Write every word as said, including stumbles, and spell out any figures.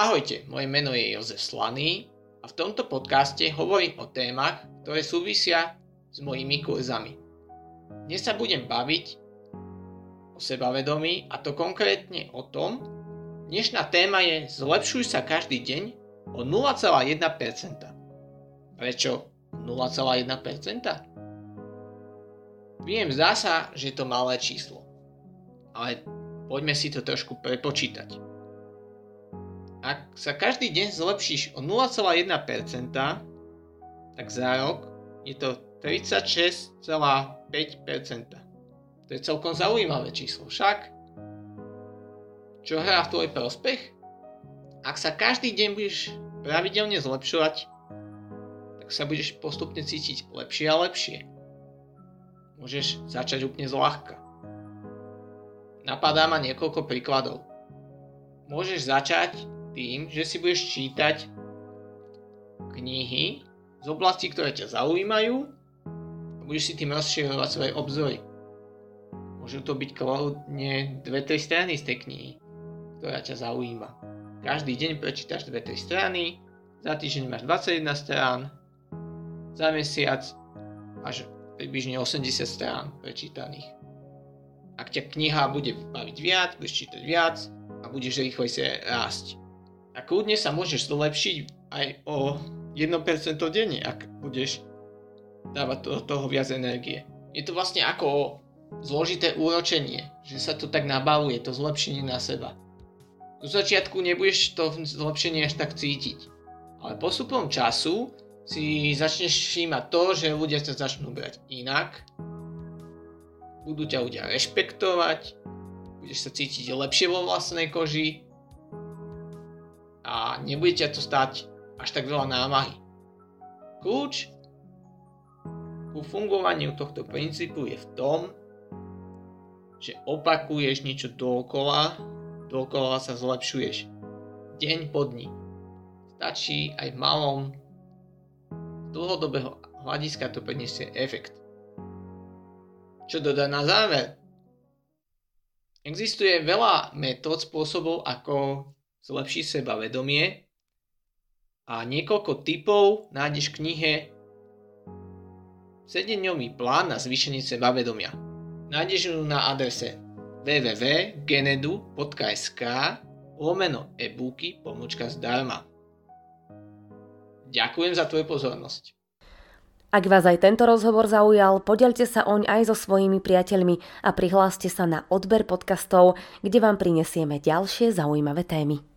Ahojte, moje meno je Jozef Slaný a v tomto podcaste hovorím o témach, ktoré súvisia s mojimi kurzami. Dnes sa budem baviť o sebavedomí, a to konkrétne o tom, dnešná téma je zlepšuj sa každý deň o nula celá jedna percenta. Prečo nula celá jedna percenta? Viem, zdá sa, že je to malé číslo, ale poďme si to trošku prepočítať. Ak sa každý deň zlepšíš o nula celá jedna percenta, tak za rok je to tridsaťšesť celá päť percenta. To je celkom zaujímavé číslo, však? Čo hrá v tvoj prospech? Ak sa každý deň budeš pravidelne zlepšovať, tak sa budeš postupne cítiť lepšie a lepšie. Môžeš začať úplne zľahka. Napadá ma niekoľko príkladov. Môžeš začať tým, že si budeš čítať knihy z oblastí, ktoré ťa zaujímajú, a budeš si tým rozširovať svoje obzory. Môžu to byť kľudne dve tri strany z tej knihy, ktorá ťa zaujíma. Každý deň prečítaš dve tri strany, za týždeň máš dvadsaťjeden strán, za mesiac máš približne osemdesiat strán prečítaných. Ak ťa kniha bude baviť viac, budeš čítať viac a budeš rýchlejšie rásť. A kľudne sa môžeš zlepšiť aj o jedno percento denne, ak budeš dávať do toho viac energie. Je to vlastne ako zložité úročenie, že sa to tak nabaluje, to zlepšenie na seba. Do začiatku nebudeš to zlepšenie až tak cítiť, ale postupom času si začneš všímať to, že ľudia sa začnú brať inak, budú ťa ľudia rešpektovať, budeš sa cítiť lepšie vo vlastnej koži a nebude ťa to stáť až tak veľa námahy. Kľúč ku fungovaniu tohto princípu je v tom, že opakuješ niečo dookola, dookola sa zlepšuješ deň po dni. Stačí aj v malom, z dlhodobého hľadiska to prinesie efekt. Čo dodať na záver? Existuje veľa metód, spôsobov, ako zlepšiť sebavedomie, a niekoľko tipov nájdeš v knihe sedemdňový plán na zvýšenie sebavedomia. Nájdeš ju na adrese w w w bodka genedu bodka es ka lomeno e-booky pomôčka zdarma. Ďakujem za tvoju pozornosť. Ak vás aj tento rozhovor zaujal, podeľte sa oň aj so svojimi priateľmi a prihláste sa na odber podcastov, kde vám prinesieme ďalšie zaujímavé témy.